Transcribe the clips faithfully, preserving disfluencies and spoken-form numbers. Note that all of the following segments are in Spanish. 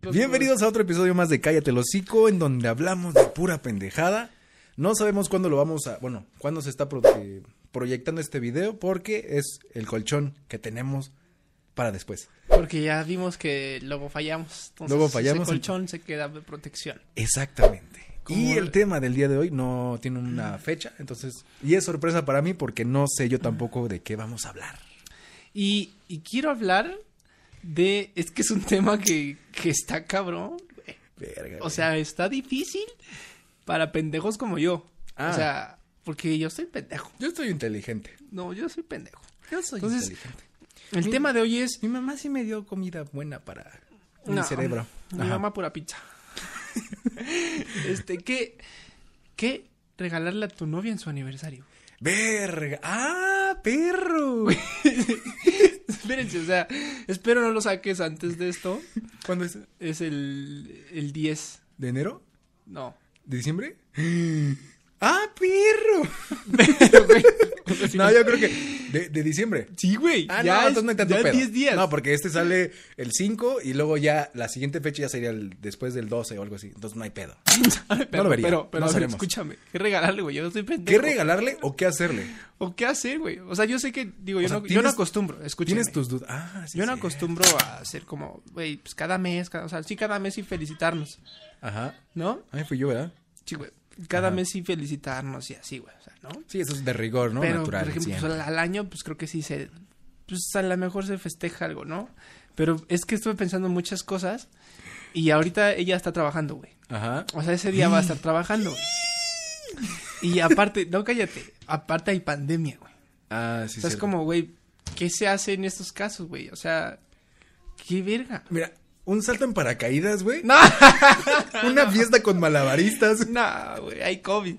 Bienvenidos a otro episodio más de Cállate el Hocico, en donde hablamos de pura pendejada. No sabemos cuándo lo vamos a... Bueno, cuándo se está pro, eh, proyectando este video, porque es el colchón que tenemos para después. Porque ya vimos que luego fallamos. Entonces, luego fallamos. Ese colchón y... se queda de protección. Exactamente. Como... Y el tema del día de hoy no tiene una fecha, entonces... Y es sorpresa para mí porque no sé yo tampoco de qué vamos a hablar. Y, y quiero hablar de... Es que es un tema que, que está cabrón. Verga, o sea, está difícil para pendejos como yo. Ah. O sea, porque yo soy pendejo. Yo estoy inteligente. No, yo soy pendejo. Yo soy Entonces, inteligente. El mi, tema de hoy es... Mi mamá sí me dio comida buena para no, mi cerebro. Mi Ajá. mamá pura pizza. este, ¿qué, ¿qué regalarle a tu novia en su aniversario? Verga. ¡Ah, perro! Espérense, o sea, espero no lo saques antes de esto. ¿Cuándo es? Es el, el diez. ¿De enero? No. ¿De diciembre? ¡Ah, perro! Pero, güey, no, yo creo que de, de diciembre. Sí, güey. Ah, ya no, es, entonces no hay tanto ya pedo. diez días. No, porque este sale el cinco y luego ya la siguiente fecha ya sería el, después del doce o algo así. Entonces no hay pedo. pero, no lo vería. Pero, pero no a ver, escúchame. ¿Qué regalarle, güey? Yo no estoy pendejo. ¿Qué regalarle o qué hacerle? ¿O qué hacer, güey? O sea, yo sé que, digo, yo, sea, no, yo no acostumbro. Escúchame. Tienes tus dudas. Ah, sí. Yo no sí. acostumbro a hacer como, güey, pues cada mes, cada, o sea, sí cada mes y felicitarnos. Ajá. ¿No? Ay, fui yo, ¿verdad? Sí, güey. Cada Ajá. mes sí felicitarnos y así, güey, o sea, ¿no? Sí, eso es de rigor, ¿no? Pero, natural. por ejemplo, pues, al, al año, pues creo que sí se, pues a lo mejor se festeja algo, ¿no? Pero es que estuve pensando en muchas cosas y ahorita ella está trabajando, güey. Ajá. O sea, ese día va a estar trabajando, güey. Y aparte, no, cállate, aparte hay pandemia, güey. Ah, sí, sí. O sea, es como, güey, ¿qué se hace en estos casos, güey? O sea, qué verga. Mira, un salto en paracaídas, güey. No. Una fiesta con malabaristas. No, güey, hay COVID.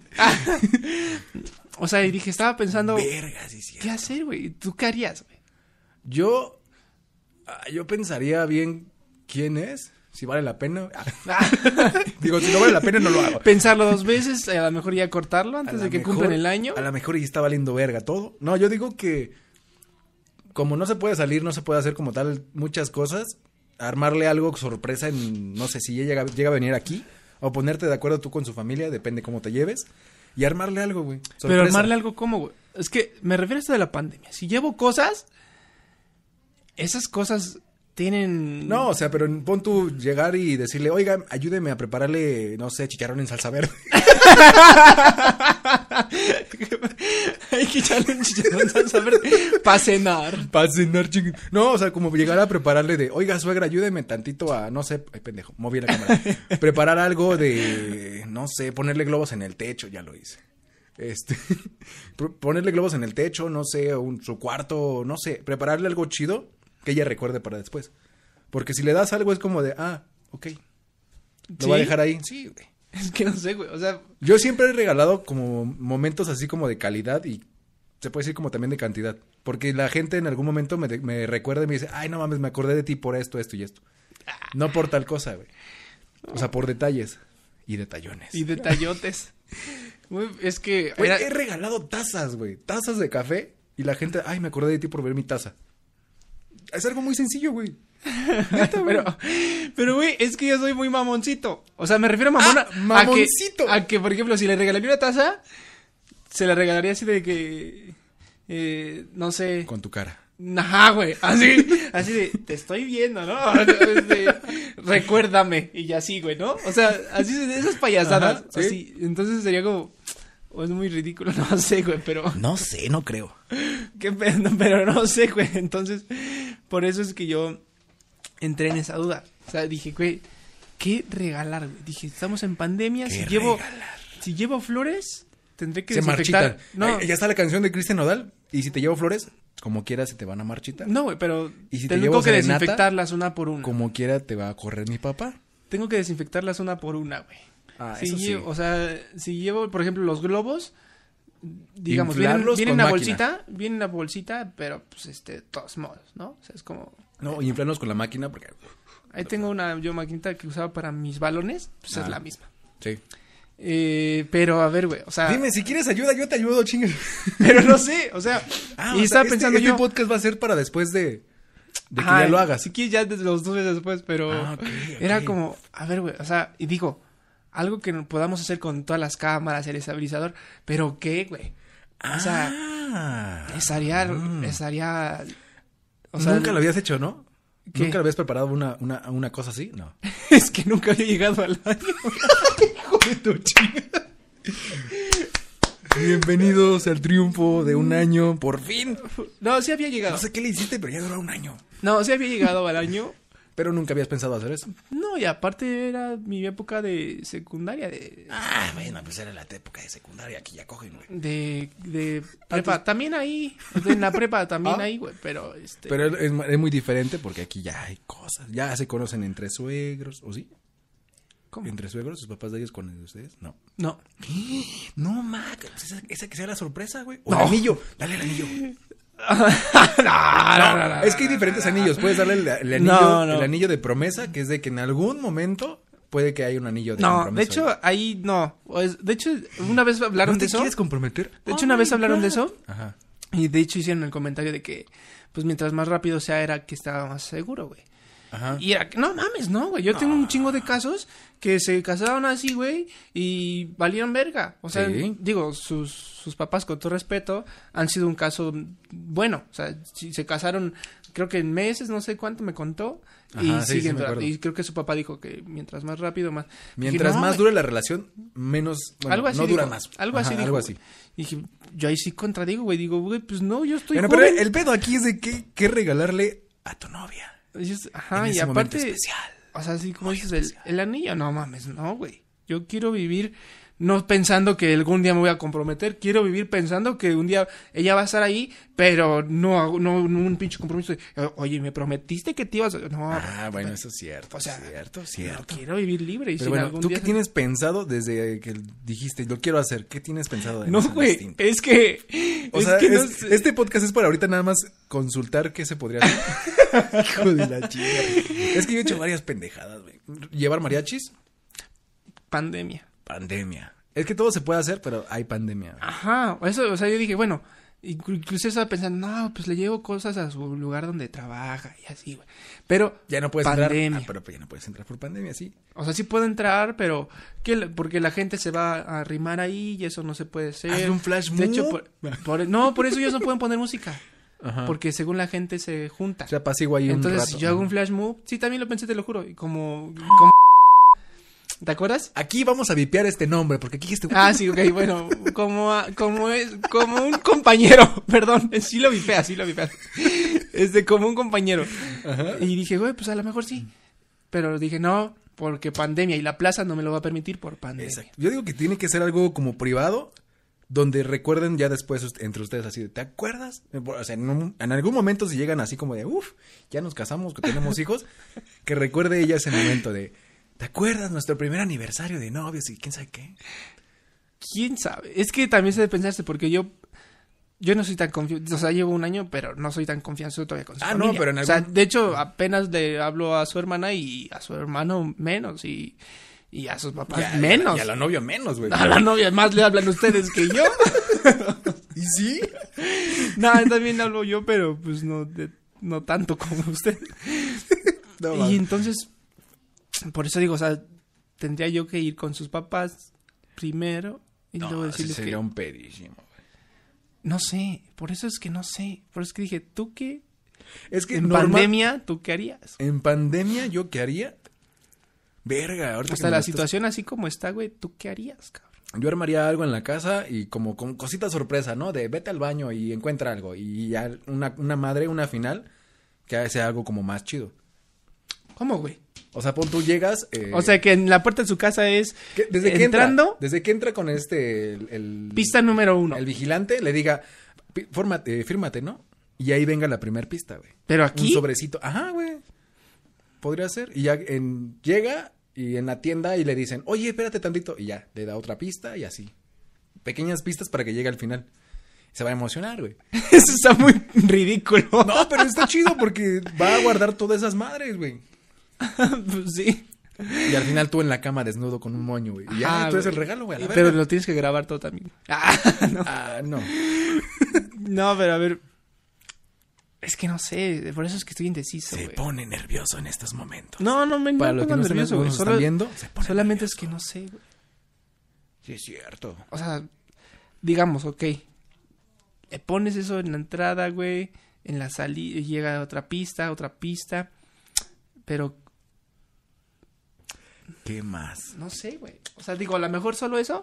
O sea, y dije, estaba pensando... Verga, sí, sí. ¿Qué hacer, güey? ¿Tú qué harías, güey? Yo... Yo pensaría bien quién es, si vale la pena. Digo, si no vale la pena, no lo hago. Pensarlo dos veces, a lo mejor ya cortarlo antes de que mejor, cumplan el año. A lo mejor ya está valiendo verga todo. No, yo digo que... Como no se puede salir, no se puede hacer como tal muchas cosas... Armarle algo sorpresa en, no sé, si ella llega, llega a venir aquí, o ponerte de acuerdo tú con su familia, depende cómo te lleves, y armarle algo, güey. Pero armarle algo ¿cómo, güey? Es que me refiero a esto de la pandemia. Si llevo cosas, esas cosas tienen... No, o sea, pero pon tú llegar y decirle, oiga, ayúdeme a prepararle, no sé, chicharrón en salsa verde. Hay que echarle un chicharrón en salsa verde para cenar. Para cenar, ching... No, o sea, como llegar a prepararle de, oiga, suegra, ayúdeme tantito a, no sé, ay, pendejo, moví la cámara. Preparar algo de, no sé, ponerle globos en el techo, ya lo hice. Este, ponerle globos en el techo, no sé, un, su cuarto, no sé, prepararle algo chido que ella recuerde para después. Porque si le das algo es como de, ah, ok, lo ¿Sí? va a dejar ahí. Sí, güey. Es que no sé, güey, o sea... Yo siempre he regalado como momentos así como de calidad y se puede decir como también de cantidad. Porque la gente en algún momento me, me recuerda y me dice, ay, no mames, me acordé de ti por esto, esto y esto. No por tal cosa, güey. O sea, por detalles y detallones. Y detallotes. Güey, es que... Güey, era... he regalado tazas, güey. Tazas de café y la gente, ay, me acordé de ti por ver mi taza. Es algo muy sencillo, güey. Neta, pero, pero, güey, es que yo soy muy mamoncito. O sea, me refiero a mamona. Ah, mamoncito. A que, a que, por ejemplo, si le regalaría una taza, se la regalaría así de que, eh, no sé. Con tu cara. Ajá, güey. Así, así de, te estoy viendo, ¿no? Este, recuérdame. Y ya así, güey, ¿no? O sea, así de esas payasadas. Ajá, ¿sí? Así. Entonces sería como, o es muy ridículo, no sé, güey, pero. No sé, no creo. Qué pedo, pero no sé, güey. Entonces, por eso es que yo entré en esa duda. O sea, dije, güey, ¿qué regalar, güey? Dije, estamos en pandemia, si llevo regalar? si llevo flores, tendré que se desinfectar. marchitan. No, ya está la canción de Cristian Nodal, y si te llevo flores, como quiera se te van a marchitar. No, güey, pero ¿y si tengo te llevo que serenata, desinfectarlas una por una. Como quiera te va a correr mi papá. Tengo que desinfectarlas una por una, güey. Ah, si eso llevo, sí. O sea, si llevo, por ejemplo, los globos, digamos, vienen, vienen en la bolsita, vienen en la bolsita, pero pues este, de todos modos, ¿no? O sea, es como... No, y inflarlos con la máquina porque... Ahí tengo una yo maquinita que usaba para mis balones, pues ah, es la misma. Sí. Eh, pero a ver, güey, o sea... Dime, si quieres ayuda, yo te ayudo, chingue. Pero no sé, o sea... Ah, y o estaba sea, pensando este, yo... Este podcast va a ser para después de... De que Ajá, ya lo hagas. Si quieres ya desde los dos meses después, pero Ah, ok, ok. era como, a ver, güey, o sea, y digo, algo que no podamos hacer con todas las cámaras, el estabilizador, pero ¿qué, güey? O sea, Ah. estaría, Mm. estaría, o sea, Nunca lo habías hecho, ¿no? ¿qué? ¿Nunca lo habías preparado una, una, una cosa así? No. es que nunca había llegado al año. Hijo de tu chica. Bienvenidos al triunfo de un año, por fin. No, sí había llegado. No sé qué le hiciste, pero ya duró un año. No, sí había llegado al año. Pero nunca habías pensado hacer eso. No, y aparte era mi época de secundaria, de... Ah, bueno, pues era la época de secundaria, aquí ya cogen, güey. De, de prepa, también ahí, en la prepa también ¿Ah? ahí, güey, pero este... Pero es, es muy diferente porque aquí ya hay cosas. Ya se conocen entre suegros, ¿o sí? ¿Cómo? ¿Entre suegros? ¿Sus papás de ellos con ustedes? No. No. No, Mac. Esa, esa que sea la sorpresa, güey. O No. el anillo. Dale el anillo. no, no, no, no, Es que hay diferentes anillos. Puedes darle el, el anillo, No, no. el anillo de promesa, que es de que en algún momento puede que haya un anillo de No, de compromiso. hecho, ahí no. O es- De hecho, una vez hablaron ¿No de te eso. quieres comprometer? De hecho, Oh una my vez hablaron de God. eso. Ajá. Y de hecho hicieron el comentario de que, pues mientras más rápido sea, era que estaba más seguro, güey. Ajá. Y era que, no mames, no, güey. Yo tengo un chingo de casos que se casaron así, güey, y valieron verga. O sea, Sí. digo, sus, sus papás, con todo respeto, han sido un caso bueno. O sea, si se casaron, creo que en meses, no sé cuánto me contó. Y Ajá, sí, sí siguen me dura- acuerdo. Y creo que su papá dijo que mientras más rápido, más. Dije, Mientras no, más güey. dure la relación, menos. Bueno, Algo así no dura dijo, más. Algo Ajá, así dijo. Algo güey. así. Y dije, yo ahí sí contradigo, güey. Digo, güey, pues no, yo estoy Bueno, joven. pero el pedo aquí es de qué, qué regalarle a tu novia. Y es- Ajá, en y ese momento aparte, especial. o sea, así como Muy dices, el, especial. el anillo, no mames, no, güey. Yo quiero vivir no pensando que algún día me voy a comprometer, quiero vivir pensando que un día ella va a estar ahí, pero no, no, no un pinche compromiso. De, oye, me prometiste que te ibas a... No, Ah, bueno, eso es cierto. o sea, cierto, no, cierto. quiero vivir libre. Y Pero si bueno, algún ¿tú día qué se- tienes pensado desde que dijiste, lo quiero hacer? ¿Qué tienes pensado de No, eso güey, distinto? es que... O es sea, que no es- sé. este podcast es para ahorita nada más consultar qué se podría hacer. Hijo de la chica. Es que yo he hecho varias pendejadas, güey. Llevar mariachis, Pandemia. pandemia. Es que todo se puede hacer, pero hay pandemia. güey. Ajá, eso, o sea, yo dije, bueno, inclu- incluso estaba pensando, no, pues le llevo cosas a su lugar donde trabaja y así, güey. Pero, Ya no puedes pandemia. entrar. Ah, pero pues ya no puedes entrar por pandemia, sí. o sea, sí puedo entrar, pero, que la- porque la gente se va a arrimar ahí y eso no se puede hacer. Hazle un flash De hecho, mob. por, por- no, por eso ellos no pueden poner música, Ajá. porque según la gente se junta. O sea, apacigua ahí un Entonces, rato. si yo hago un Ajá. flash move, sí, también lo pensé, te lo juro, y como, como ¿te acuerdas? Aquí vamos a vipear este nombre, porque aquí este... Ah, sí, ok, bueno, como, a- como es, como un compañero, perdón, sí lo vipea, sí lo vipea, este, como un compañero, Ajá. y dije, güey, pues a lo mejor sí, pero dije, no, porque pandemia, y la plaza no me lo va a permitir por pandemia. Exacto. Yo digo que tiene que ser algo como privado, donde recuerden ya después ust- entre ustedes así de, ¿te acuerdas? O sea, en, un- en algún momento si llegan así como de, uff, ya nos casamos, que tenemos hijos, que recuerde ella ese momento de, ¿te acuerdas nuestro primer aniversario de novios y quién sabe qué? ¿Quién sabe? Es que también se debe pensarse, porque yo, yo no soy tan confianzudo, o sea, llevo un año, pero no soy tan confianzudo todavía con su Ah, no, familia. pero en O sea, algún- de hecho, apenas le hablo a su hermana y a su hermano menos, y, y a sus papás Ya, menos. Y a la novia menos, güey. A la novia más le hablan ustedes que yo. ¿Y sí? No, también hablo yo, pero pues no, de- no tanto como usted. No, Y mames. entonces, por eso digo, o sea, tendría yo que ir con sus papás primero y luego No, sí decirles sería que... un pedísimo. güey. No sé, por eso es que no sé. Por eso es que dije, ¿tú qué? Es que En normal- pandemia, ¿tú qué harías? En pandemia, ¿yo qué haría? Verga, ahorita que Hasta me la lo estás- situación así como está, güey, ¿tú qué harías, cabrón? Yo armaría algo en la casa y como con cosita sorpresa, ¿no? De vete al baño y encuentra algo. Y ya una, una madre, una final, que sea algo como más chido. ¿Cómo, güey? O sea, pon tú llegas... eh, O sea, que en la puerta de su casa es que desde que entrando, entra, desde que entra con este... El, el- pista número uno. El vigilante le diga, "Pi- fórmate, fírmate, ¿no? Y ahí venga la primer pista, güey. Pero Un aquí, sobrecito. Ajá, güey. Podría ser. Y ya en, llega y en la tienda y le dicen, oye, espérate tantito. Y ya, le da otra pista y así. Pequeñas pistas para que llegue al final. Se va a emocionar, güey. eso está muy ridículo. No, pero está chido porque va a guardar todas esas madres, güey. Pues sí. Y al final tú en la cama desnudo con un moño, güey. Y ya, Ah, tú eres el güey. regalo, güey. a la Pero verga. lo tienes que grabar todo también. Ah, no. Ah, no. No, pero a ver. Es que no sé, por eso es que estoy indeciso, Se güey. pone nervioso en estos momentos. No, no me Para no los que pongo no están, nervioso, no güey. nos Solo- están viendo, se pone Solamente nervioso. es que no sé, güey. Sí, es cierto. O sea, digamos, ok. Le pones eso en la entrada, güey. En la salida llega a otra pista, otra pista. Pero ¿Qué más? no sé, güey. O sea, digo, a lo mejor solo eso.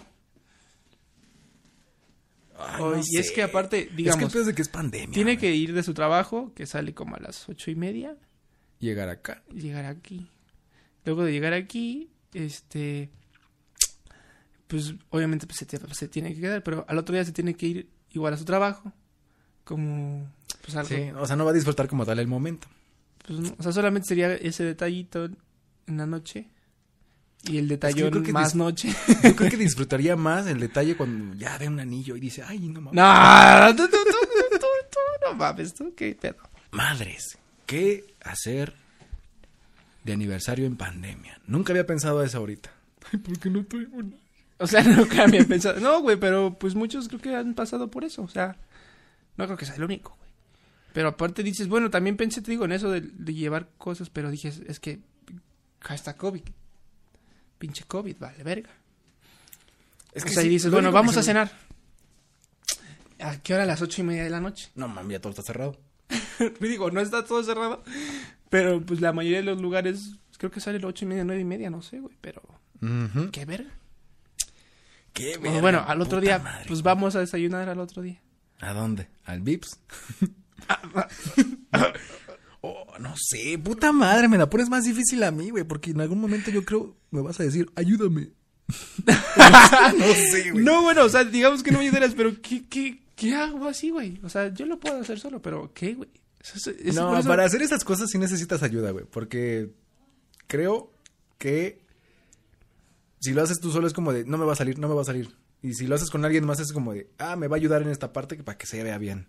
Ay, O- no y es sé. que aparte, Es que digamos, el pedo es de que es pandemia. tiene güey. que ir de su trabajo, que sale como a las ocho y media, Llegar acá. y llegar aquí. Luego de llegar aquí, este, pues obviamente pues, se, te- se tiene que quedar, pero al otro día se tiene que ir igual a su trabajo, como, pues algo, Sí, o sea, no va a disfrutar como tal el momento. pues, no, o sea, solamente sería ese detallito en la noche y el detallón creo que más dis- noche. Yo creo que disfrutaría más el detalle cuando ya ve un anillo y dice, ay, no mames. No, tú, tú, tú, tú, tú, tú, no mames, tú, qué pedo. Madres, ¿qué hacer de aniversario en pandemia? Nunca había pensado eso ahorita. Ay, ¿por qué no tuvimos nada? O sea, nunca había pensado. No, güey, pero pues muchos creo que han pasado por eso. O sea, no creo que sea el único, güey. Pero aparte dices, bueno, también pensé, te digo, en eso de, de llevar cosas, pero dije, es que hashtag COVID. Pinche COVID, vale, verga. Es O sea, y sí, dices, lo bueno, único que vamos se a me- cenar. ¿A qué hora? A las ocho y media de la noche. No, mami, ya todo está cerrado. Me digo, no está todo cerrado. Pero pues la mayoría de los lugares, creo que sale a las ocho y media, nueve y media, no sé, güey. Pero, Ujú. ¿qué verga? Qué O verga, bueno, al otro puta día, madre. pues vamos a desayunar al otro día. ¿A dónde? ¿Al Vips? Oh, no sé, puta madre, me la pones más difícil a mí, güey, porque en algún momento yo creo me vas a decir, ayúdame. No sé, güey. No, bueno, o sea, digamos que no me ayudaras, pero ¿qué, qué, qué hago así, güey? O sea, yo lo puedo hacer solo, pero ¿qué, güey? Eso es- eso- No, por eso- para hacer esas cosas sí necesitas ayuda, güey, porque creo que si lo haces tú solo es como de, no me va a salir, no me va a salir. Y si lo haces con alguien más es como de, ah, me va a ayudar en esta parte para que se vea bien.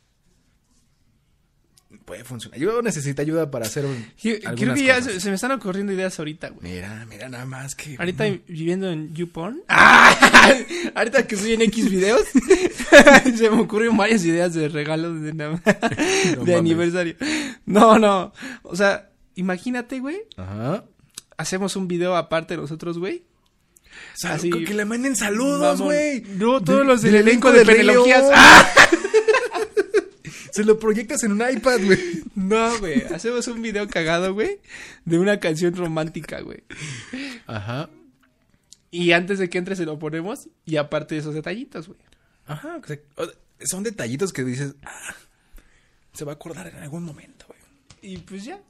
Puede funcionar. Yo necesito ayuda para hacer un, Yo- creo algunas que ya cosas. se, se me están ocurriendo ideas ahorita, güey. Mira, mira nada más que... Ahorita bueno. viviendo en YouPorn. ¡Ah! Ahorita que estoy en X videos, se me ocurrieron varias ideas de regalos de, No de mames. aniversario. No, no. O sea, imagínate, güey. Ajá. Hacemos un video aparte de nosotros, güey. Sal- Así- que le manden saludos, Vamos. güey. No, todos De- los del del elenco de Rey Penelogías. León. ¡Ah! Se lo proyectas en un iPad, güey. No, güey. Hacemos un video cagado, güey, de una canción romántica, güey. Ajá. Y antes de que entre se lo ponemos y aparte de esos detallitos, güey. Ajá. O sea, o sea, son detallitos que dices, ah, se va a acordar en algún momento, güey. Y pues ya.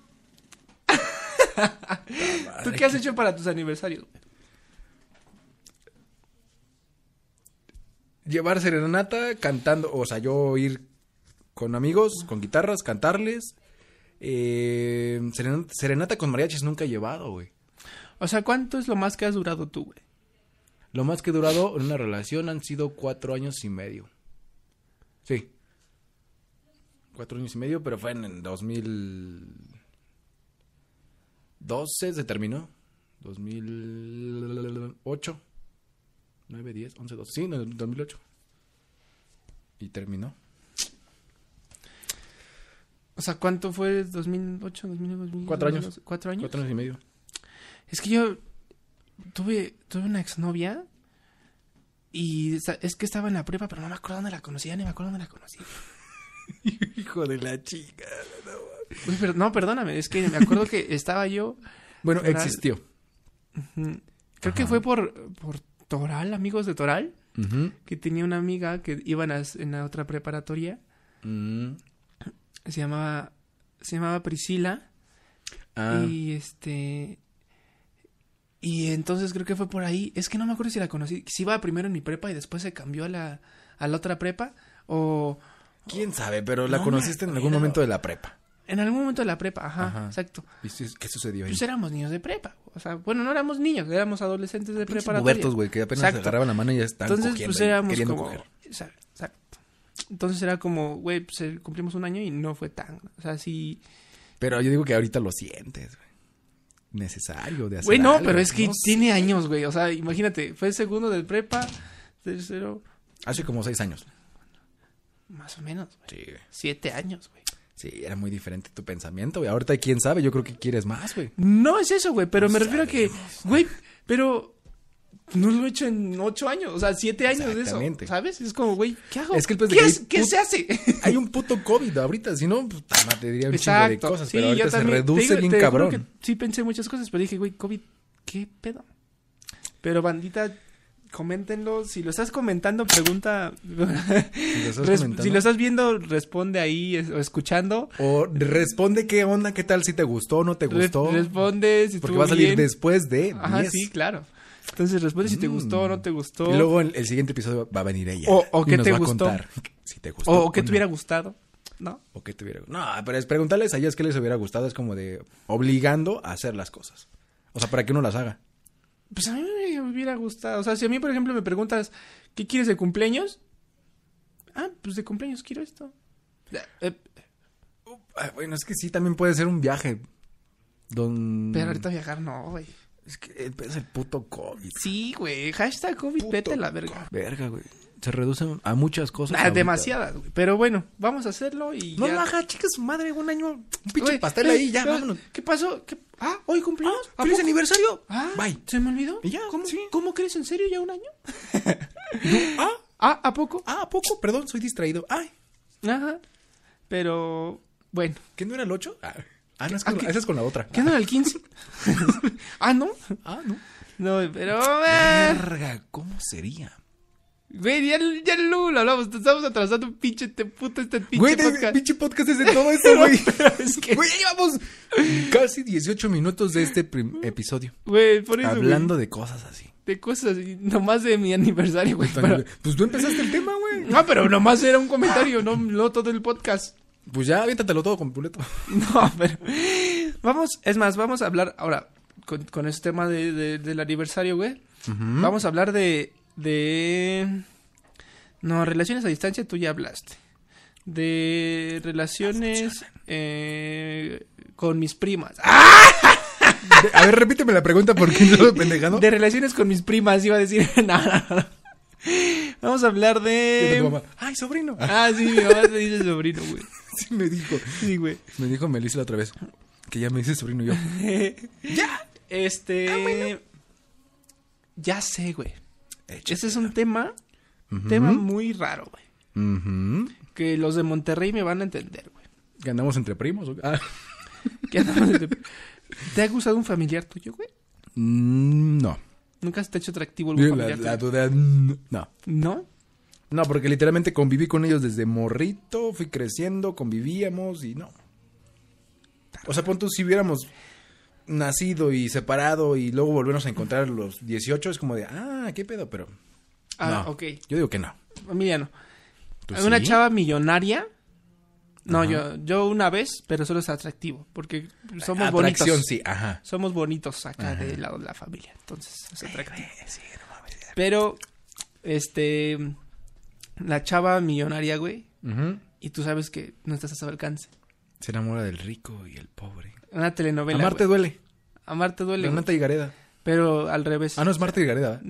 Madre, ¿Tú qué has hecho para tus aniversarios, güey? Llevar serenata cantando, o sea, yo ir con amigos, con guitarras, cantarles. Eh, serenata, serenata con mariachis nunca he llevado, güey. O sea, ¿cuánto es lo más que has durado tú, güey? Lo más que he durado en una relación han sido cuatro años y medio. Sí. Cuatro años y medio, pero fue en el dos mil doce se terminó. dos mil ocho. nueve, diez, once, doce. Sí, en el dos mil ocho. Y terminó. O sea, ¿cuánto fue? ¿dos mil ocho, dos mil nueve, dos mil diez? Cuatro años. dos mil doce? ¿Cuatro años? Cuatro años y medio. Es que yo tuve, tuve una exnovia y esa- es que estaba en la prepa, pero no me acuerdo dónde la conocía, ni me acuerdo dónde la conocí. Hijo de la chica. Uy, pero, no, perdóname, es que me acuerdo que estaba yo... Bueno, Toral. existió. ujú, Creo que Ajá. fue por, por Toral, amigos de Toral, Ujú. que tenía una amiga que iba en la, en la otra preparatoria, Mm. se llamaba, se llamaba Priscila. Ah. Y este. Y entonces creo que fue por ahí. Es que no me acuerdo si la conocí. Si iba primero en mi prepa y después se cambió a la, a la otra prepa. O. ¿Quién sabe? Pero la No conociste me en algún acuerdo. momento de la prepa. En algún momento de la prepa, ajá, Ajá. exacto. ¿Viste qué sucedió ahí? Pues éramos niños de prepa. O sea, bueno, no éramos niños, éramos adolescentes de Pinches preparatoria. pubertos, güey, que apenas Exacto. se agarraban la mano y ya estaban Entonces, cogiendo pues y éramos queriendo como. coger. Exacto, exacto. Entonces era como, güey, pues eh, cumplimos un año y no fue tan. O sea, sí. Pero yo digo que ahorita lo sientes, güey. Necesario de hacer Güey, no, algo, pero es que no sé. tiene años, güey. O sea, imagínate, fue segundo de prepa, tercero. Hace como seis años. Más o menos, güey. Sí, güey. Siete años, güey. Sí, era muy diferente tu pensamiento, güey. Ahorita, ¿quién sabe? Yo creo que quieres más, güey. No es eso, güey, pero No me refiero a que, sabemos, güey, pero no lo he hecho en ocho años, o sea, siete años de eso, Exactamente. ¿sabes? Es como, güey, ¿qué hago? Es que el pez de ¿Qué, que es- hay ¿qué put- se hace? Hay un puto COVID ahorita, si no, puta, no, te diría un chingo de Exacto. cosas, Sí, pero ahorita yo se también, reduce te digo, bien te juro cabrón. que sí pensé muchas cosas, pero dije, güey, COVID, ¿qué pedo? Pero bandita, coméntenlo, si lo estás comentando, pregunta, Si lo estás res- comentando. si lo estás viendo, responde ahí es- o escuchando. O responde qué onda, qué tal, si te gustó o no te Re- gustó. responde si Porque estuvo va a salir bien. después de Ajá, diez. sí, claro. Entonces responde si te Mm. gustó o no te gustó. Y luego en el siguiente episodio va a venir ella. O- o y qué nos te va a gustó. contar si te gustó. o, o que no. te hubiera gustado, ¿no? O que te hubiera... No, pero es preguntarles a ellas qué les hubiera gustado. Es como de obligando a hacer las cosas. O sea, para que uno las haga. Pues a mí me hubiera gustado. O sea, si a mí, por ejemplo, me preguntas, ¿qué quieres de cumpleaños? Ah, pues de cumpleaños quiero esto. Eh, Ah, bueno, es que sí, también puede ser un viaje. Don... pero ahorita viajar no, güey. Es que es el puto COVID. Sí, güey. Hashtag COVID, Puto vete a la verga. Verga, güey. Se reducen a muchas cosas. Ah, ahorita. demasiadas, güey. Pero bueno, vamos a hacerlo y No ya. lo haga, chicas, su madre, un año. Un pinche Güey, pastel eh, ahí, ya, pero, vámonos. ¿Qué pasó? ¿Qué- Ah, hoy cumpleaños. ¿A ¡Feliz poco? aniversario! Ah, Bye. ¿se me olvidó? Y ya, ¿Cómo, sí. ¿Cómo crees? ¿En serio ya un año? Ah, Ah, ¿a poco? ah, ¿a poco? Perdón, soy distraído. Ay, Ajá. Pero, bueno. ¿qué no era el ocho? Ah, ah, no, es con, ¿A qué? esa es con la otra. ¿Qué no era el quince? ah, ¿no? Ah, no. No, pero... eh, Verga, ¿cómo sería? Güey, ya, ya luego lo hablamos. Te estamos atrasando un pinche te puto este pinche Güey, de- podcast. pinche podcast es de todo esto, güey. Pero es que... Güey, ya llevamos casi dieciocho minutos de este prim- episodio. Güey, por eso, Hablando de cosas así. güey, de cosas así. Nomás de mi aniversario, güey. Pero... Pues tú empezaste el tema, güey. No, pero nomás era un comentario, no, no todo el podcast. Pues ya, aviéntatelo todo completo. No, pero... Vamos, es más, vamos a hablar ahora con, con este tema de, de- del aniversario, güey. ¿Mm? Vamos a hablar de, de... No, relaciones a distancia tú ya hablaste. De relaciones eh, con mis primas. ¡Ah! De- a ver, repíteme la pregunta porque no lo pendejando. De relaciones con mis primas, iba a decir. No, no, no. Vamos a hablar Y tu de... mamá, ay, sobrino. Ah, Ah, sí, mi mamá te dice sobrino, güey. sí me dijo. Sí, güey. Me dijo Melissa la otra vez. Que ya me dice sobrino yo. Ya. Este... Ya sé, güey. Este es un tema... Ujú. Tema muy raro, güey. Ujú. Que los de Monterrey me van a entender, güey. ¿Que andamos entre primos? ¿O qué? Ah. ¿Qué andamos de- ¿Te ha gustado un familiar tuyo, güey? Mm, no. ¿Nunca se te ha hecho atractivo algún La, familiar la tuyo? duda, mm, no. ¿No? No, porque literalmente conviví con ellos desde morrito, fui creciendo, convivíamos y no. O sea, pon tú, si hubiéramos nacido y separado y luego volvernos a encontrar a los dieciocho, es como de, ah, qué pedo, pero Ah, no. ok. Yo digo que no. Familia no. ¿Tú Una sí? chava millonaria. No, Ajá. yo, yo una vez, pero solo es atractivo. Porque somos Atracción, bonitos. sí, ajá. Somos bonitos acá Ajá. del lado de la familia. Entonces es atractivo. Sí, no mames. Pero, este. La chava millonaria, güey. Ujú. Y tú sabes que no estás a su alcance. Se enamora del rico y el pobre. Una telenovela. Amarte güey. duele. Amarte duele. güey. Renata y Gareda. Pero al revés. Ah, no, es Marta y Gareda.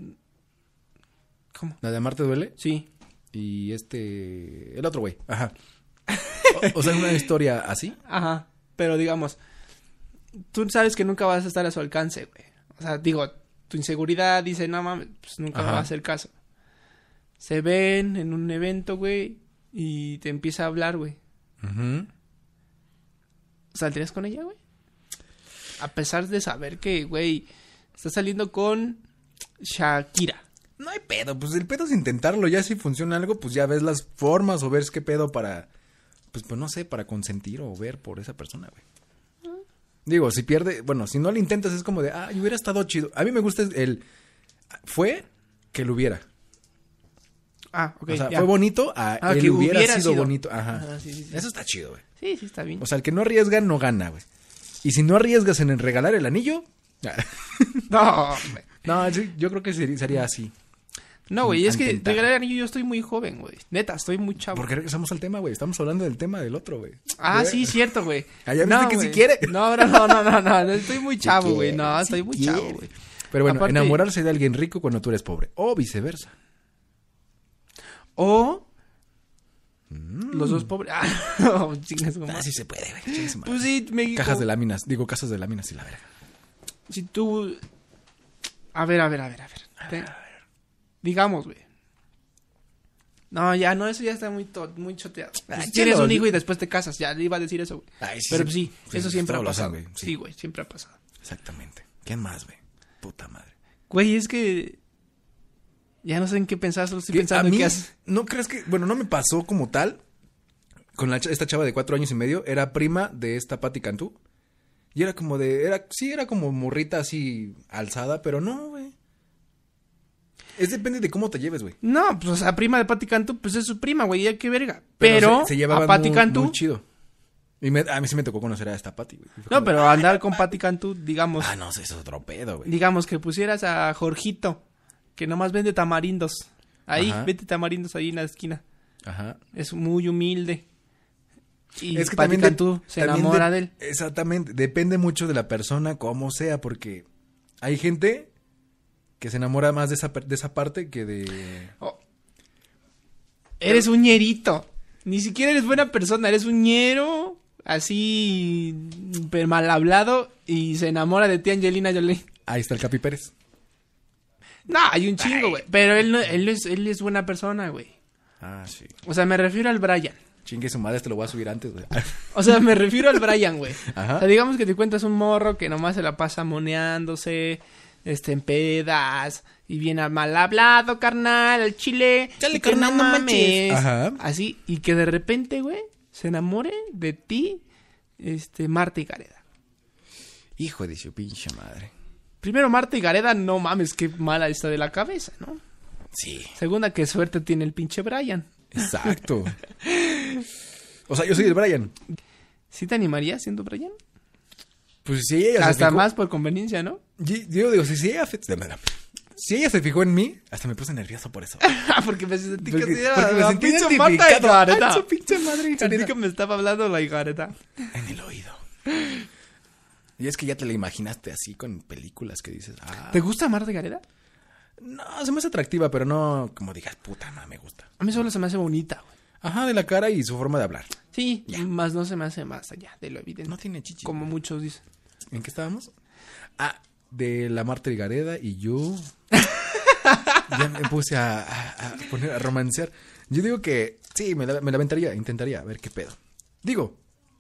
¿Cómo? La de Amarte duele. Sí. Y este... El otro güey. Ajá. O, o sea, una historia así. Ajá. Pero digamos, tú sabes que nunca vas a estar a su alcance, güey. O sea, digo, tu inseguridad dice, no mames, pues nunca me Ajá. va a hacer caso. Se ven en un evento, güey, y te empieza a hablar, güey. Ujú. ¿Saldrías con ella, güey? A pesar de saber que, güey, estás saliendo con Shakira. No hay pedo, pues el pedo es intentarlo. Ya si funciona algo, pues ya ves las formas o ves qué pedo para... Pues, pues no sé, para consentir o ver por esa persona, güey. Digo, si pierde... Bueno, si no lo intentas es como de... Ah, hubiera estado chido. A mí me gusta el... Fue que lo hubiera. Ah, ok. O sea, ya. fue bonito a Ah, él que hubiera, hubiera sido, sido. bonito. Ajá. Ajá, sí, sí, sí. Eso está chido, güey. Sí, sí, está bien. O sea, el que no arriesga no gana, güey. Y si no arriesgas en el regalar el anillo... No, güey. No, sí, yo creo que sería, sería así. No, güey, es que Intentar. regalar anillo yo estoy muy joven, güey. Neta, estoy muy chavo. ¿Por qué regresamos al tema, güey? Estamos hablando del tema del otro, güey. Ah, Güey. sí, cierto, güey. Ah, ya viste que güey. sí quiere. No, no, no, no, no, no, estoy muy chavo, güey. quiere, No, sí estoy muy quiere. chavo, güey. Pero bueno, Aparte- enamorarse de alguien rico cuando tú eres pobre. O viceversa. O Mm. Los dos pobres. Ah, no, chingas, Ah, sí se puede, güey. Chingue su madre. Pues sí, México. Cajas de láminas. Digo, casas de láminas y la verga. Si tú... A ver, a ver, a ver, a ver. Te... Digamos, güey. No, ya, no, eso ya está muy, to... muy choteado. Pues Ay, tienes chalo, un hijo yo- y después te casas. Ya le iba a decir eso, güey. Ay, Pero pues, sí, sí, eso sí, siempre ha todos lo pasado. hacen, güey, sí. Sí, güey, siempre ha pasado. Exactamente. ¿Quién más, güey? Puta madre. Güey, es que... Ya no sé en qué pensar, solo estoy Que pensando a en mí, qué haces. ¿no crees que...? Bueno, no me pasó como tal. Con la, ch- esta chava de cuatro años y medio. Era prima de esta Patti Cantú. Y era como de... era Sí, era como morrita así alzada. Pero no, güey. Es depende de cómo te lleves, güey. No, pues, o sea, prima de Patti Cantú, pues es su prima, güey, ya qué verga. Pero, se, se llevaban a Patti muy, Cantú... muy chido. Y me- a mí sí me tocó conocer a esta Patti, güey. Y fue No, como de, pero andar con Patti Cantú, digamos... Ah, no sé, eso es otro pedo, güey. Digamos que pusieras a Jorgito, que nomás vende tamarindos. Ahí, Ajá. vende tamarindos ahí en la esquina. Ajá. Es muy humilde. Y Es que Patti también de- Cantú se también enamora de- de él. Exactamente. Depende mucho de la persona, cómo sea, porque hay gente que se enamora más de esa, per- de esa parte que de... Oh. Eres un ñerito. Ni siquiera eres buena persona, eres un ñero así pero mal hablado y se enamora de ti, Angelina Jolie. Ahí está el Capi Pérez. No, hay un chingo, güey. Pero él, no, él, es, él es buena persona, güey. Ah, sí. O sea, me refiero al Brian. Chingue su madre, te lo voy a subir antes, güey. O sea, me refiero al Brian, güey. Ajá. O sea, digamos que te cuentas un morro que nomás se la pasa moneándose, este, en pedas, y bien mal hablado, carnal, al chile. Chale, y que carnal, no manches. Ajá. Así, y que de repente, güey, se enamore de ti, este, Marta y Gareda. Hijo de su pinche madre. Primero, Marta y Gareda, no mames, qué mala está de la cabeza, ¿no? Sí. Segunda, qué suerte tiene el pinche Brian. Exacto. O sea, yo soy el Brian. ¿Sí te animarías siendo Brian? Pues si ella se Hasta fijó- más por conveniencia, ¿no? Yo, yo digo, si, si ella... fe- Si ella se fijó en mí, hasta me puse nervioso por eso. porque me sentí Porque- que sí era porque me la sentí pinche identificado. Marta y Gareda. Ay, su pinche madre y Sentí Gareda. que me estaba hablando la Gareda. En el oído. Y es que ya te la imaginaste así con películas que dices, ah, ¿Te gusta Marta y Gareda? no, se me hace atractiva, pero no como digas, puta, no me gusta. A mí solo se me hace bonita, güey. Ajá, de la cara y su forma de hablar. Sí, Ya. más no se me hace más allá de lo evidente. No tiene chichi. Como muchos dicen. ¿En qué estábamos? Ah, de la Marta y Gareda y yo ya me puse a, a, a poner a romancear. Yo digo que sí, me la, me la aventaría, intentaría, a ver qué pedo. Digo,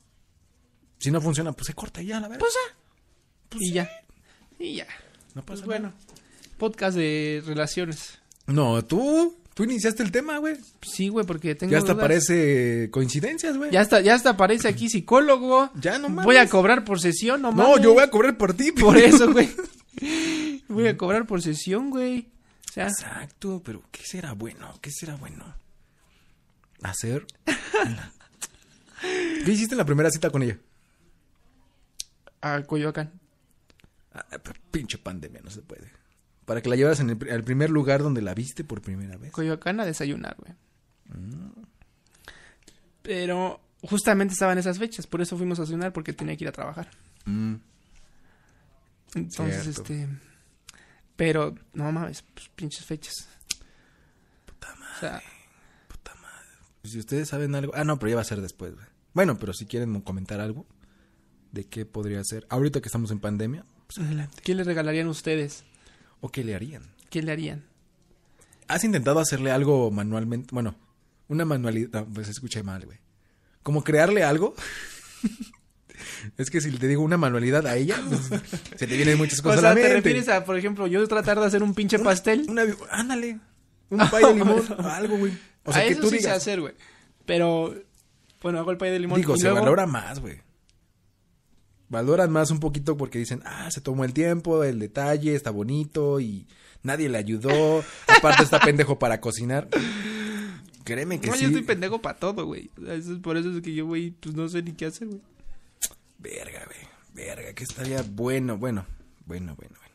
si no funciona, pues se corta y ya, la verdad. Pues ya. y ya. Y ya. No pasa Pues bueno. Podcast de relaciones. No, tú, tú iniciaste el tema, güey. Sí, güey, porque tengo Ya hasta dudas. parece coincidencias, güey. Ya hasta, ya hasta aparece aquí psicólogo. Ya, no mames. Voy a cobrar por sesión, no No, mames. yo voy a cobrar por ti. Por eso, güey. Voy a cobrar por sesión, güey. O sea, Exacto, pero ¿qué será bueno? ¿Qué será bueno? Hacer. ¿Qué hiciste en la primera cita con ella? a Coyoacán. Ah, pinche pandemia, no se puede. Para que la llevas en el, pri- al primer lugar donde la viste por primera vez. Coyoacán a desayunar, güey. Pero justamente estaban esas fechas, por eso fuimos a desayunar, porque tenía que ir a trabajar. Mm. Entonces, Cierto. este... Pero, no mames, pues, pinches fechas. Puta madre, O sea, puta madre. Si ustedes saben algo. Ah, no, pero ya va a ser después, güey. Bueno, pero si quieren comentar algo de qué podría ser. Ahorita que estamos en pandemia, pues adelante. ¿qué le regalarían ustedes? ¿O qué le harían? ¿Qué le harían? ¿Has intentado hacerle algo manualmente? Bueno, una manualidad. No, pues escuché mal, güey. ¿Como crearle algo? Es que si te digo una manualidad a ella, pues, se te vienen muchas cosas O sea, a la ¿te mente. refieres a, por ejemplo, yo tratar de hacer un pinche pastel? Una, una- ándale. Un pay de limón, algo, güey. O sea, a que eso tú sí sé digas. hacer, güey. Pero, bueno, hago el pay de limón. Digo, y se luego- valora más, güey. Valoran más un poquito porque dicen, ah, se tomó el tiempo, el detalle, está bonito y nadie le ayudó. Aparte está pendejo para cocinar. Créeme que No, sí. yo estoy pendejo para todo, güey. O sea, eso es por eso es que yo, güey, pues no sé ni qué hacer, güey. Verga, güey. Verga, que estaría bueno, bueno. Bueno, bueno, bueno.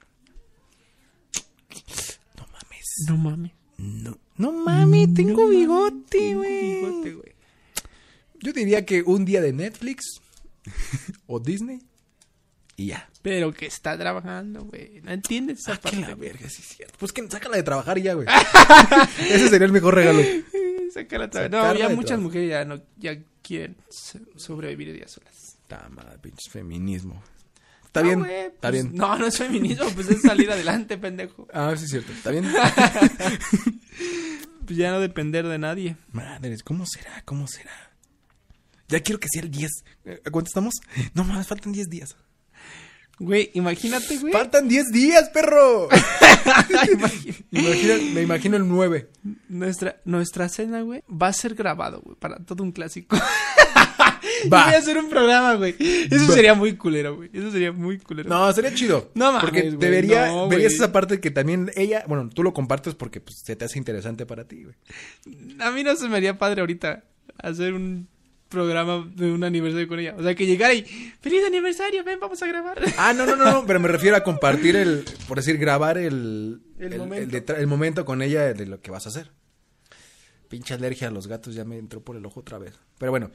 No mames. No mames. No, no mames, tengo bigote, Tengo güey. bigote, güey. Yo diría que un día de Netflix o Disney y ya. Pero que está trabajando, güey. ¿No entiendes esa Ah, que parte? la verga, sí es cierto. Pues que sácala de trabajar y ya, güey. Ese sería el mejor regalo. Sacarla otra vez. Sacarla No, ya de muchas trabajo. mujeres ya no, ya quieren so- sobrevivir ellas solas. Está mal, pinche feminismo. Está No, bien, güey, está pues, bien. No, no es feminismo, pues es salir adelante, pendejo. Ah, sí es cierto, está bien. Pues ya no depender de nadie. Madres, ¿cómo será? ¿Cómo será? Ya quiero que sea el diez. ¿A cuánto estamos? No más, faltan diez días. Güey, imagínate, güey. ¡Faltan diez días, perro! Imagina- Imagina, me imagino el nueve. Nuestra, nuestra cena, güey, va a ser grabado, güey, para todo un clásico. Va. Voy a hacer un programa, güey. Eso Va. sería muy culero, güey. Eso sería muy culero. No, sería chido. No mames, Porque güey, debería, no, verías güey. esa parte que también ella, bueno, tú lo compartes porque pues, se te hace interesante para ti, güey. A mí no se me haría padre ahorita hacer un programa de un aniversario con ella. O sea, que llegara y, ¡feliz aniversario! Ven, vamos a grabar. Ah, no, no, no, no, pero me refiero a compartir el, por decir, grabar el, El momento. el, detra- el momento con ella de lo que vas a hacer. Pinche alergia a los gatos ya me entró por el ojo otra vez. Pero bueno.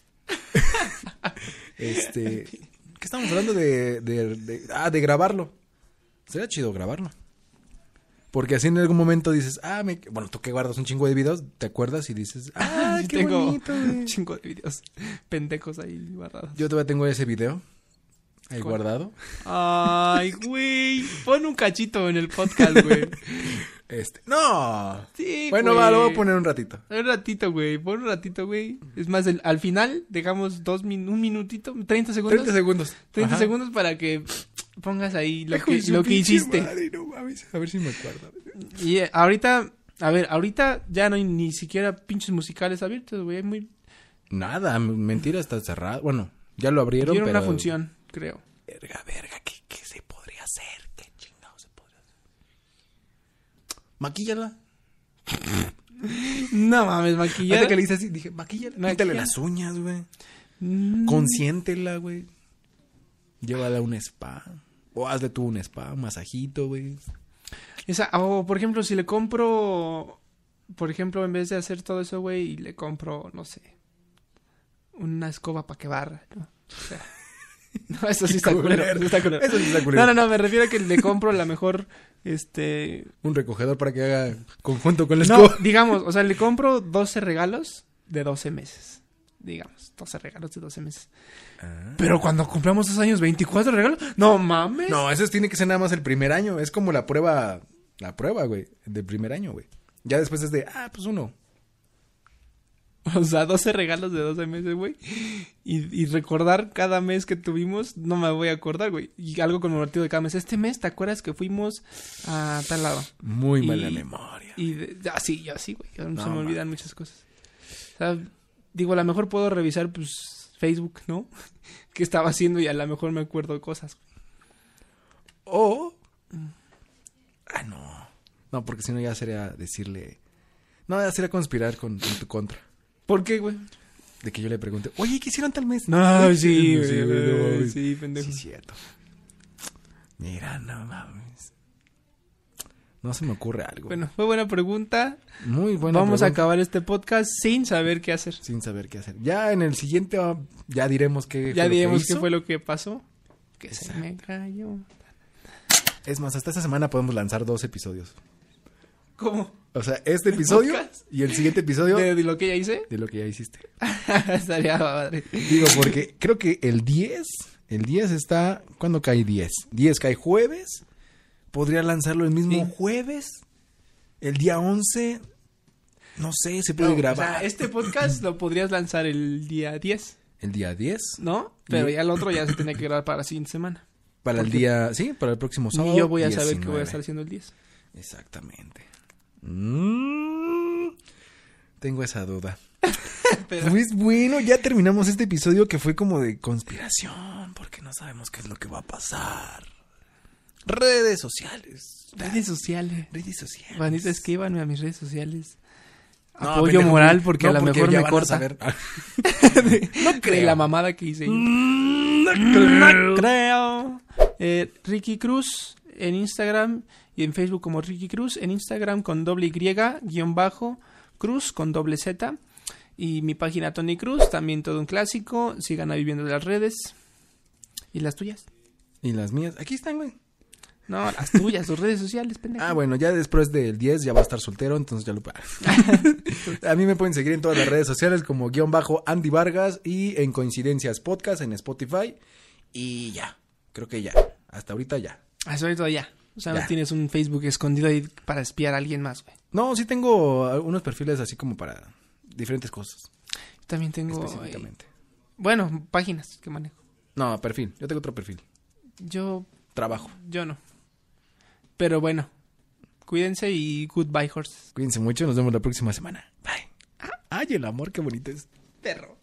este, ¿qué estamos hablando de, de, de, ah, de grabarlo? Sería chido grabarlo. Porque así en algún momento dices, ah, me, bueno, tú que guardas un chingo de videos, te acuerdas y dices, ah, Yo qué tengo bonito, güey. un chingo de videos pendejos ahí guardados. Yo todavía tengo ese video ahí ¿Cuál? guardado. Ay, güey. Pon un cachito en el podcast, güey. Este, no. Sí, Bueno, güey. va, lo voy a poner un ratito. Un ratito, güey. Pon un ratito, güey. Es más, el- al final dejamos dos min un minutito, treinta segundos. treinta segundos. treinta Ajá. segundos para que pongas ahí lo Hijo que, de su lo que pinche hiciste. madre, no mames, a ver si me acuerdo. Y eh, ahorita, a ver, ahorita ya no hay ni siquiera pinches musicales abiertos, güey. Hay muy... Nada, m- mentira, está cerrado. Bueno, ya lo abrieron, Dieron pero... una función, creo. Verga, verga, ¿qué, qué se podría hacer? ¿Qué chingado se podría hacer? Maquíllala. No mames, maquillar. Ahorita que le hice así, dije, maquíllala. Maquilla- Quítale las uñas, güey. Mm, Consiéntela, güey. Llévala a un spa. O hazle tú un spa, un masajito, güey. Esa, o por ejemplo, si le compro, por ejemplo, en vez de hacer todo eso, güey, y le compro, no sé, una escoba para que barra, ¿no? O sea, no, eso sí está culero, eso está culero. Eso sí está culero. No, no, no, me refiero a que le compro la mejor, este... Un recogedor para que haga conjunto con la No, escoba. digamos, o sea, le compro doce regalos de doce meses. Digamos, doce regalos de doce meses. Ah. Pero cuando compramos dos años, veinticuatro regalos, no mames. No, eso tiene que ser nada más el primer año. Es como la prueba, la prueba, güey, del primer año, güey. Ya después es de, ah, pues uno. O sea, doce regalos de doce meses, güey. Y, y recordar cada mes que tuvimos, no me voy a acordar, güey. Y algo conmemorativo de cada mes. Este mes, ¿te acuerdas que fuimos a tal lado? Muy Y- mala memoria. Y de, ya, sí, ya sí, güey. Ya No, se me olvidan mames. muchas cosas. O sea, digo, a lo mejor puedo revisar, pues, Facebook, ¿no? ¿Qué estaba haciendo? Y a lo mejor me acuerdo de cosas. O... Ah, no. No, porque si no ya sería decirle... No, ya sería conspirar con, en tu contra. ¿Por qué, güey? De que yo le pregunte, oye, ¿qué hicieron tal mes? No, sí, Sí, güey. güey, no Sí, mames. sí, pendejo. Sí, cierto. Mira, no mames. No se me ocurre algo. Bueno, fue buena pregunta. Muy buena Vamos a pregunta, acabar este podcast sin saber qué hacer. sin saber qué hacer. Ya en el siguiente ah, ya diremos qué Ya fue lo que diremos qué hizo. fue lo que pasó. Que se Exacto. me cayó. Es más, hasta esta semana podemos lanzar dos episodios. ¿Cómo? O sea, este episodio podcast? y el siguiente episodio de... ¿De, de lo que ya hice? lo que ya hiciste. Estaría padre. Digo, porque creo que el diez, el diez está... ¿Cuándo cae diez? diez cae jueves. Podría lanzarlo el mismo Sí. jueves. El día once, no sé, se puede No, grabar. O sea, este podcast lo podrías lanzar el día diez, El día diez. ¿no? Pero Y- ya el otro ya se tiene que grabar para la siguiente semana. Para el porque- día... Sí, para el próximo sábado. Ni yo voy a saber qué voy a diecinueve. estar haciendo el diez. Exactamente. Mm, tengo esa duda. Pero- Pues bueno, ya terminamos este episodio que fue como de conspiración, porque no sabemos qué es lo que va a pasar. Redes sociales. Redes sociales. Redes sociales. Bandita, escríbanme a mis redes sociales. No, Apoyo pendejo, moral porque no, a lo mejor ya me van a corta. saber. No creo. De la mamada que hice. Mm, no No creo. Eh, Ricky Cruz en Instagram y en Facebook como Ricky Cruz. En Instagram con doble Y, guión bajo, Cruz con doble Z. Y mi página Tony Cruz, también todo un clásico. Sigan ahí viendo las redes. ¿Y las tuyas? Y las mías, aquí están, güey. No, las tuyas, tus redes sociales, pendejo. Ah, bueno, ya después del diez ya va a estar soltero, entonces ya lo... A mí me pueden seguir en todas las redes sociales como guión bajo Andy Vargas y en Coincidencias Podcast en Spotify. Y ya, creo que ya. Hasta ahorita ya. Hasta ahorita ya. O sea, ya. No tienes un Facebook escondido ahí para espiar a alguien más, güey. No, sí tengo unos perfiles así como para diferentes cosas. También tengo... Específicamente. Eh, bueno, páginas que manejo. No, perfil. Yo tengo otro perfil. Yo... Trabajo. Yo no. Pero bueno, cuídense y goodbye, horses. Cuídense mucho, nos vemos la próxima semana. Bye. Ay, el amor, qué bonito es. Perro.